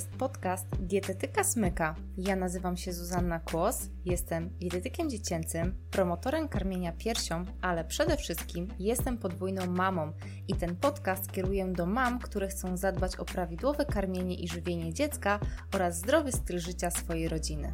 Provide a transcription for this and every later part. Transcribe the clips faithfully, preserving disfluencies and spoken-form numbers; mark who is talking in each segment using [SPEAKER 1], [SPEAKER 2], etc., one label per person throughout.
[SPEAKER 1] jest podcast Dietetyka Smyka. Ja nazywam się Zuzanna Kłos, jestem dietetykiem dziecięcym, promotorem karmienia piersią, ale przede wszystkim jestem podwójną mamą i ten podcast kieruję do mam, które chcą zadbać o prawidłowe karmienie i żywienie dziecka oraz zdrowy styl życia swojej rodziny.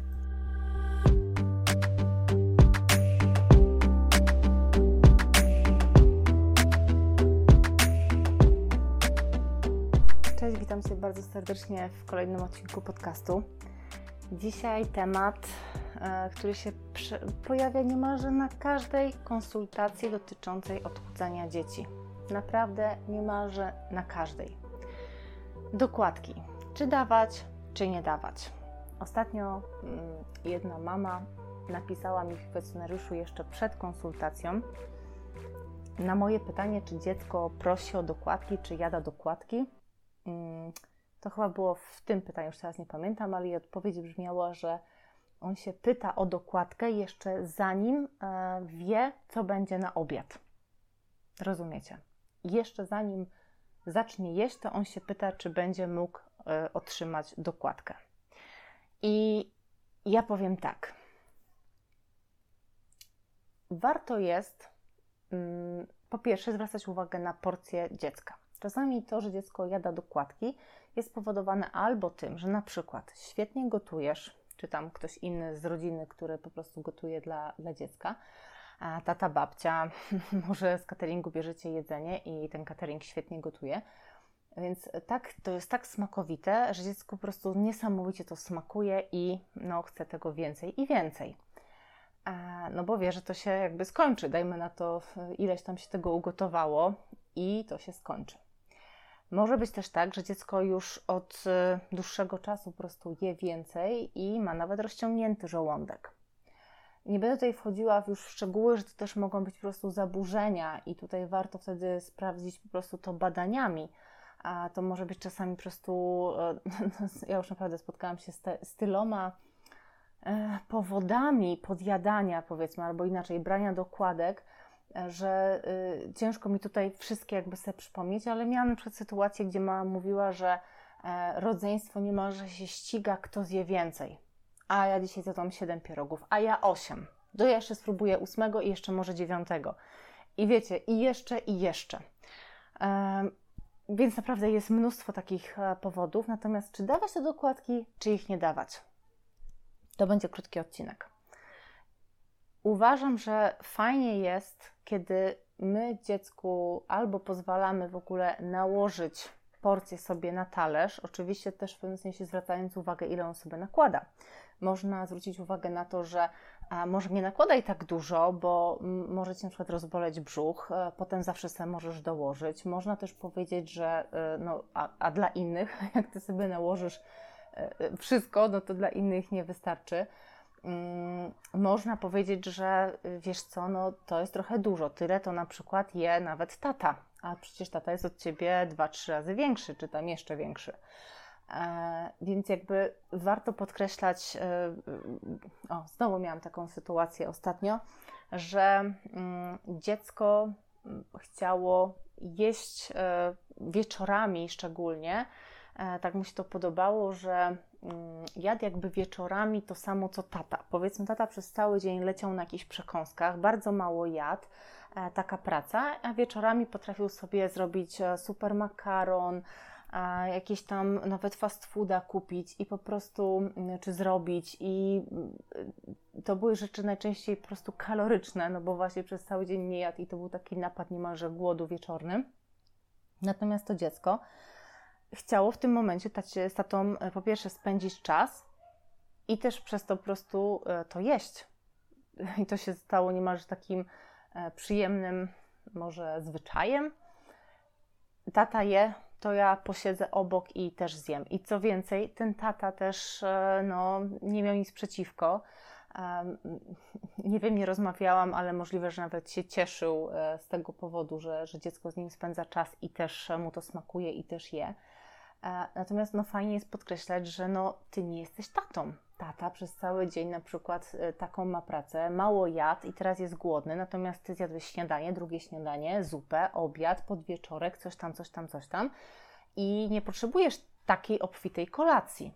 [SPEAKER 1] Cześć, witam Cię bardzo serdecznie w kolejnym odcinku podcastu. Dzisiaj temat, który się pojawia niemalże na każdej konsultacji dotyczącej odchudzania dzieci. Naprawdę niemalże na każdej. Dokładki. Czy dawać, czy nie dawać? Ostatnio jedna mama napisała mi w kwestionariuszu jeszcze przed konsultacją na moje pytanie, czy dziecko prosi o dokładki, czy jada dokładki. To chyba było w tym pytaniu, już teraz nie pamiętam, ale jej odpowiedź brzmiała, że on się pyta o dokładkę jeszcze zanim wie, co będzie na obiad. Rozumiecie? Jeszcze zanim zacznie jeść, to on się pyta, czy będzie mógł otrzymać dokładkę. I ja powiem tak. Warto jest po pierwsze zwracać uwagę na porcję dziecka. Czasami to, że dziecko jada dokładki, jest spowodowane albo tym, że na przykład świetnie gotujesz, czy tam ktoś inny z rodziny, który po prostu gotuje dla, dla dziecka, a tata, babcia, może z cateringu bierzecie jedzenie i ten catering świetnie gotuje. Więc tak, to jest tak smakowite, że dziecko po prostu niesamowicie to smakuje i no, chce tego więcej i więcej. No bo wie, że to się jakby skończy. Dajmy na to, ileś tam się tego ugotowało i to się skończy. Może być też tak, że dziecko już od dłuższego czasu po prostu je więcej i ma nawet rozciągnięty żołądek. Nie będę tutaj wchodziła już w szczegóły, że to też mogą być po prostu zaburzenia i tutaj warto wtedy sprawdzić po prostu to badaniami. A to może być czasami po prostu, ja już naprawdę spotkałam się z, te, z tyloma powodami podjadania, powiedzmy, albo inaczej brania dokładek, że y, ciężko mi tutaj wszystkie jakby sobie przypomnieć, ale miałam na przykład sytuację, gdzie mama mówiła, że e, rodzeństwo niemalże się ściga, kto zje więcej. A ja dzisiaj zjadłam siedem pierogów, a ja osiem. Do ja jeszcze spróbuję ósmego i jeszcze może dziewiątego. I wiecie, i jeszcze, i jeszcze. E, więc naprawdę jest mnóstwo takich e, powodów. Natomiast czy dawać te dokładki, czy ich nie dawać? To będzie krótki odcinek. Uważam, że fajnie jest, kiedy my dziecku albo pozwalamy w ogóle nałożyć porcję sobie na talerz, oczywiście też w pewnym sensie zwracając uwagę, ile on sobie nakłada. Można zwrócić uwagę na to, że a może nie nakładaj tak dużo, bo m, może Cię na przykład rozboleć brzuch, e, potem zawsze sobie możesz dołożyć. Można też powiedzieć, że e, no, a, a dla innych, jak Ty sobie nałożysz e, wszystko, no to dla innych nie wystarczy. Hmm, można powiedzieć, że wiesz co, no to jest trochę dużo, tyle to na przykład je nawet tata, a przecież tata jest od Ciebie dwa trzy razy większy, czy tam jeszcze większy. E, więc jakby warto podkreślać, e, o znowu miałam taką sytuację ostatnio, że mm, dziecko chciało jeść e, wieczorami szczególnie, e, tak mu się to podobało, że jadł jakby wieczorami to samo co tata. Powiedzmy, tata przez cały dzień leciał na jakichś przekąskach, bardzo mało jadł, e, taka praca, a wieczorami potrafił sobie zrobić super makaron, e, jakieś tam nawet fast fooda kupić i po prostu, czy zrobić i to były rzeczy najczęściej po prostu kaloryczne, no bo właśnie przez cały dzień nie jadł i to był taki napad niemalże głodu wieczorny. Natomiast to dziecko chciało w tym momencie tacie, z tatą po pierwsze spędzić czas i też przez to po prostu to jeść. I to się stało niemalże takim przyjemnym może zwyczajem. Tata je, to ja posiedzę obok i też zjem. I co więcej, ten tata też no, nie miał nic przeciwko. Nie wiem, nie rozmawiałam, ale możliwe, że nawet się cieszył z tego powodu, że, że dziecko z nim spędza czas i też mu to smakuje i też je. Natomiast no, fajnie jest podkreślać, że no, Ty nie jesteś tatą. Tata przez cały dzień na przykład taką ma pracę, mało jadł i teraz jest głodny, natomiast Ty zjadłeś śniadanie, drugie śniadanie, zupę, obiad, podwieczorek, coś tam, coś tam, coś tam i nie potrzebujesz takiej obfitej kolacji.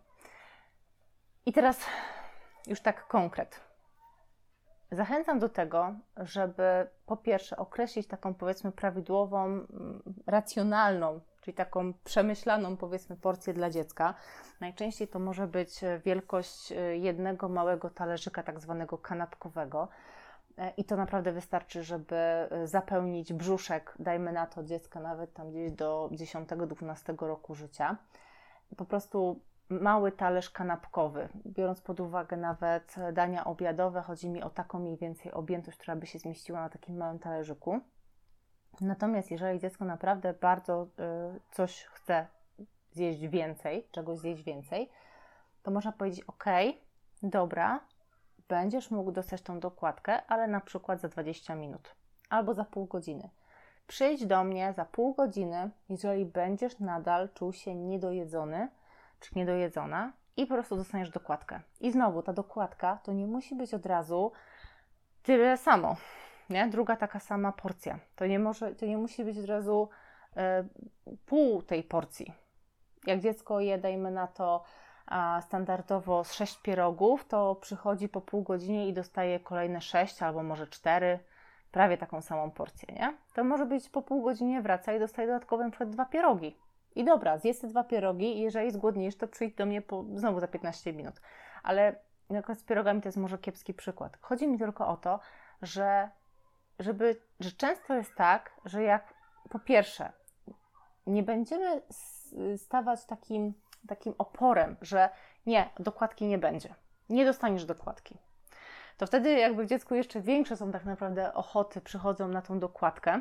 [SPEAKER 1] I teraz już tak konkret. Zachęcam do tego, żeby po pierwsze określić taką powiedzmy prawidłową, racjonalną, czyli taką przemyślaną powiedzmy porcję dla dziecka. Najczęściej to może być wielkość jednego małego talerzyka tak zwanego kanapkowego i to naprawdę wystarczy, żeby zapełnić brzuszek, dajmy na to dziecka nawet tam gdzieś do dziesiątego dwunastego roku życia. Po prostu mały talerz kanapkowy, biorąc pod uwagę nawet dania obiadowe, chodzi mi o taką mniej więcej objętość, która by się zmieściła na takim małym talerzyku. Natomiast jeżeli dziecko naprawdę bardzo y, coś chce zjeść więcej, czegoś zjeść więcej, to można powiedzieć, ok, dobra, będziesz mógł dostać tą dokładkę, ale na przykład za dwadzieścia minut albo za pół godziny. Przyjdź do mnie za pół godziny, jeżeli będziesz nadal czuł się niedojedzony, czy niedojedzona i po prostu dostaniesz dokładkę. I znowu ta dokładka to nie musi być od razu tyle samo, nie? Druga taka sama porcja. To nie może, to nie musi być od razu e, pół tej porcji. Jak dziecko je, dajmy na to a standardowo z sześć pierogów, to przychodzi po pół godzinie i dostaje kolejne sześć albo może cztery, prawie taką samą porcję, nie? To może być po pół godzinie wraca i dostaje dodatkowe na przykład dwa pierogi. I dobra, zjedz te dwa pierogi i jeżeli zgłodniejesz, to przyjdź do mnie po, znowu za piętnaście minut. Ale akurat z pierogami to jest może kiepski przykład. Chodzi mi tylko o to, że, żeby, że często jest tak, że jak po pierwsze nie będziemy stawać takim, takim oporem, że nie, dokładki nie będzie, nie dostaniesz dokładki, to wtedy jakby w dziecku jeszcze większe są tak naprawdę ochoty, przychodzą na tą dokładkę.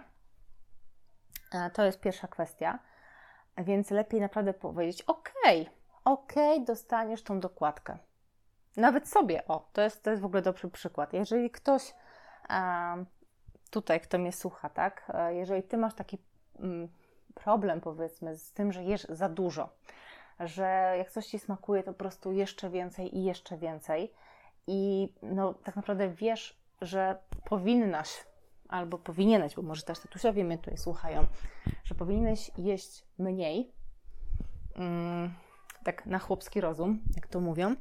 [SPEAKER 1] To jest pierwsza kwestia. Więc lepiej naprawdę powiedzieć, ok, ok, dostaniesz tą dokładkę. Nawet sobie, o, to jest, to jest w ogóle dobry przykład. Jeżeli ktoś, um, tutaj kto mnie słucha, tak, jeżeli ty masz taki um, problem powiedzmy z tym, że jesz za dużo, że jak coś ci smakuje, to po prostu jeszcze więcej i jeszcze więcej i no tak naprawdę wiesz, że powinnaś albo powinieneś, bo może też tatusiowie mnie tutaj słuchają, że powinieneś jeść mniej, mm, tak na chłopski rozum, jak to mówią,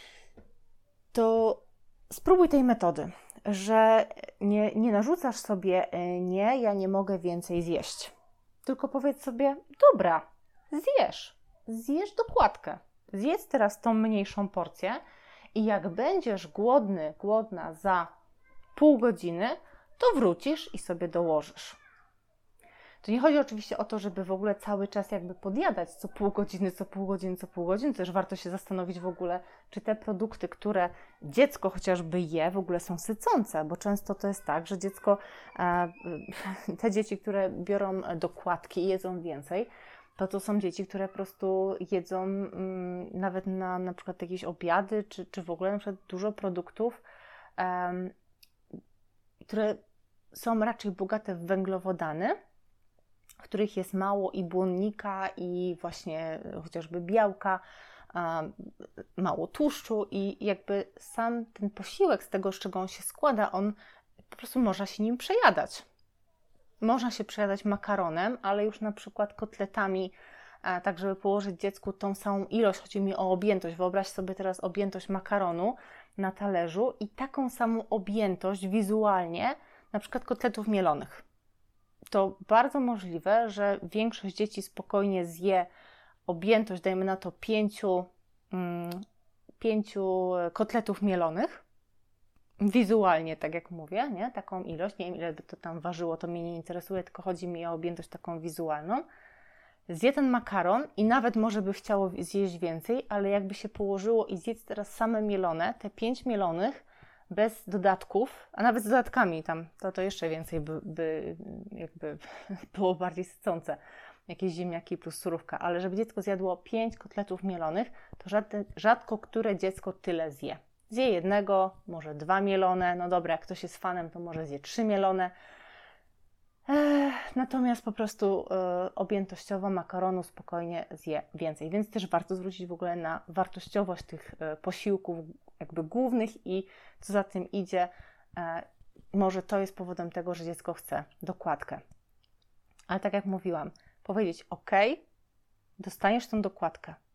[SPEAKER 1] to spróbuj tej metody, że nie, nie narzucasz sobie, nie, ja nie mogę więcej zjeść, tylko powiedz sobie, dobra, zjesz, zjesz dokładkę, zjedz teraz tą mniejszą porcję i jak będziesz głodny, głodna za pół godziny, to wrócisz i sobie dołożysz. To nie chodzi oczywiście o to, żeby w ogóle cały czas jakby podjadać co pół godziny, co pół godziny, co pół godziny. Też warto się zastanowić w ogóle, czy te produkty, które dziecko chociażby je, w ogóle są sycące, bo często to jest tak, że dziecko, te dzieci, które biorą dokładki i jedzą więcej, to to są dzieci, które po prostu jedzą mm, nawet na na przykład jakieś obiady, czy, czy w ogóle na przykład dużo produktów, um, które są raczej bogate w węglowodany, w których jest mało i błonnika, i właśnie chociażby białka, mało tłuszczu i jakby sam ten posiłek z tego, z czego on się składa, on po prostu można się nim przejadać. Można się przejadać makaronem, ale już na przykład kotletami, tak żeby położyć dziecku tą samą ilość, chodzi mi o objętość. Wyobraź sobie teraz objętość makaronu na talerzu i taką samą objętość wizualnie na przykład kotletów mielonych. To bardzo możliwe, że większość dzieci spokojnie zje objętość, dajmy na to pięciu, mm, pięciu kotletów mielonych, wizualnie, tak jak mówię, nie? Taką ilość, nie wiem ile by to tam ważyło, to mnie nie interesuje, tylko chodzi mi o objętość taką wizualną. Zje ten makaron i nawet może by chciało zjeść więcej, ale jakby się położyło i zjedz teraz same mielone, te pięć mielonych, bez dodatków, a nawet z dodatkami tam, to, to jeszcze więcej by, by jakby było bardziej sycące. Jakieś ziemniaki plus surówka, ale żeby dziecko zjadło pięć kotletów mielonych, to rzadko, rzadko które dziecko tyle zje. Zje jednego, może dwa mielone, no dobra, jak ktoś jest fanem, to może zje trzy mielone. Ech, natomiast po prostu e, objętościowo makaronu spokojnie zje więcej, więc też warto zwrócić w ogóle na wartościowość tych e, posiłków jakby głównych i co za tym idzie, e, może to jest powodem tego, że dziecko chce dokładkę. Ale tak jak mówiłam, powiedzieć ok, dostaniesz tą dokładkę,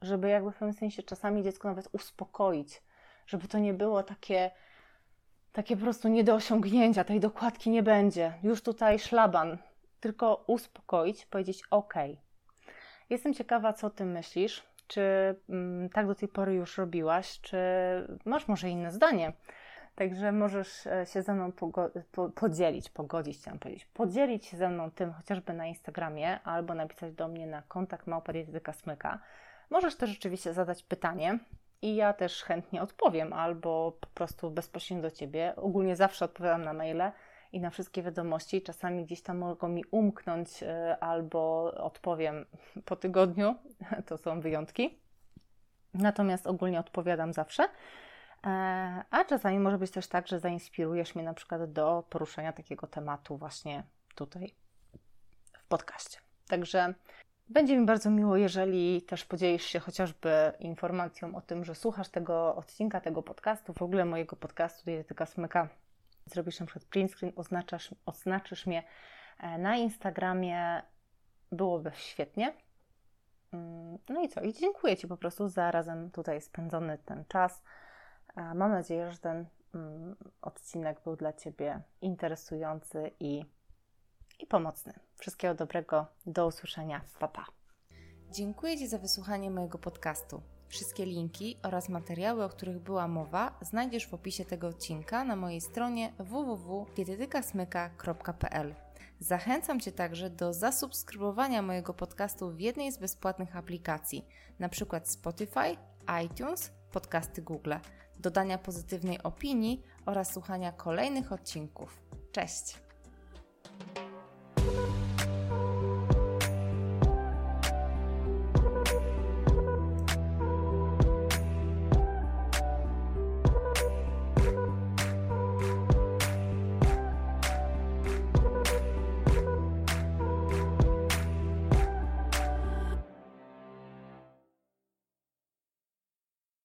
[SPEAKER 1] żeby jakby w pewnym sensie czasami dziecko nawet uspokoić, żeby to nie było takie, takie po prostu nie do osiągnięcia, tej dokładki nie będzie, już tutaj szlaban, tylko uspokoić, powiedzieć ok. Jestem ciekawa, co Ty myślisz, czy mm, tak do tej pory już robiłaś, czy masz może inne zdanie. Także możesz się ze mną pogo- po- podzielić, pogodzić, chciałam powiedzieć, podzielić się ze mną tym chociażby na Instagramie albo napisać do mnie na kontakt małpa dietetyka smyka. Możesz też rzeczywiście zadać pytanie i ja też chętnie odpowiem albo po prostu bezpośrednio do Ciebie. Ogólnie zawsze odpowiadam na maile i na wszystkie wiadomości. Czasami gdzieś tam mogą mi umknąć albo odpowiem po tygodniu, to są wyjątki. Natomiast ogólnie odpowiadam zawsze. A czasami może być też tak, że zainspirujesz mnie na przykład do poruszenia takiego tematu właśnie tutaj w podcaście. Także będzie mi bardzo miło, jeżeli też podzielisz się chociażby informacją o tym, że słuchasz tego odcinka, tego podcastu, w ogóle mojego podcastu Dietetyka Smyka. Zrobisz na przykład print screen, oznaczasz, oznaczysz mnie na Instagramie, byłoby świetnie. No i co? I dziękuję Ci po prostu za razem tutaj spędzony ten czas. Mam nadzieję, że ten mm, odcinek był dla Ciebie interesujący i, i pomocny. Wszystkiego dobrego, do usłyszenia, pa pa.
[SPEAKER 2] Dziękuję Ci za wysłuchanie mojego podcastu. Wszystkie linki oraz materiały, o których była mowa, znajdziesz w opisie tego odcinka na mojej stronie w w w kropka dietetykasmyka kropka p l. Zachęcam Cię także do zasubskrybowania mojego podcastu w jednej z bezpłatnych aplikacji, np. Spotify, iTunes, podcasty Google, dodania pozytywnej opinii oraz słuchania kolejnych odcinków. Cześć!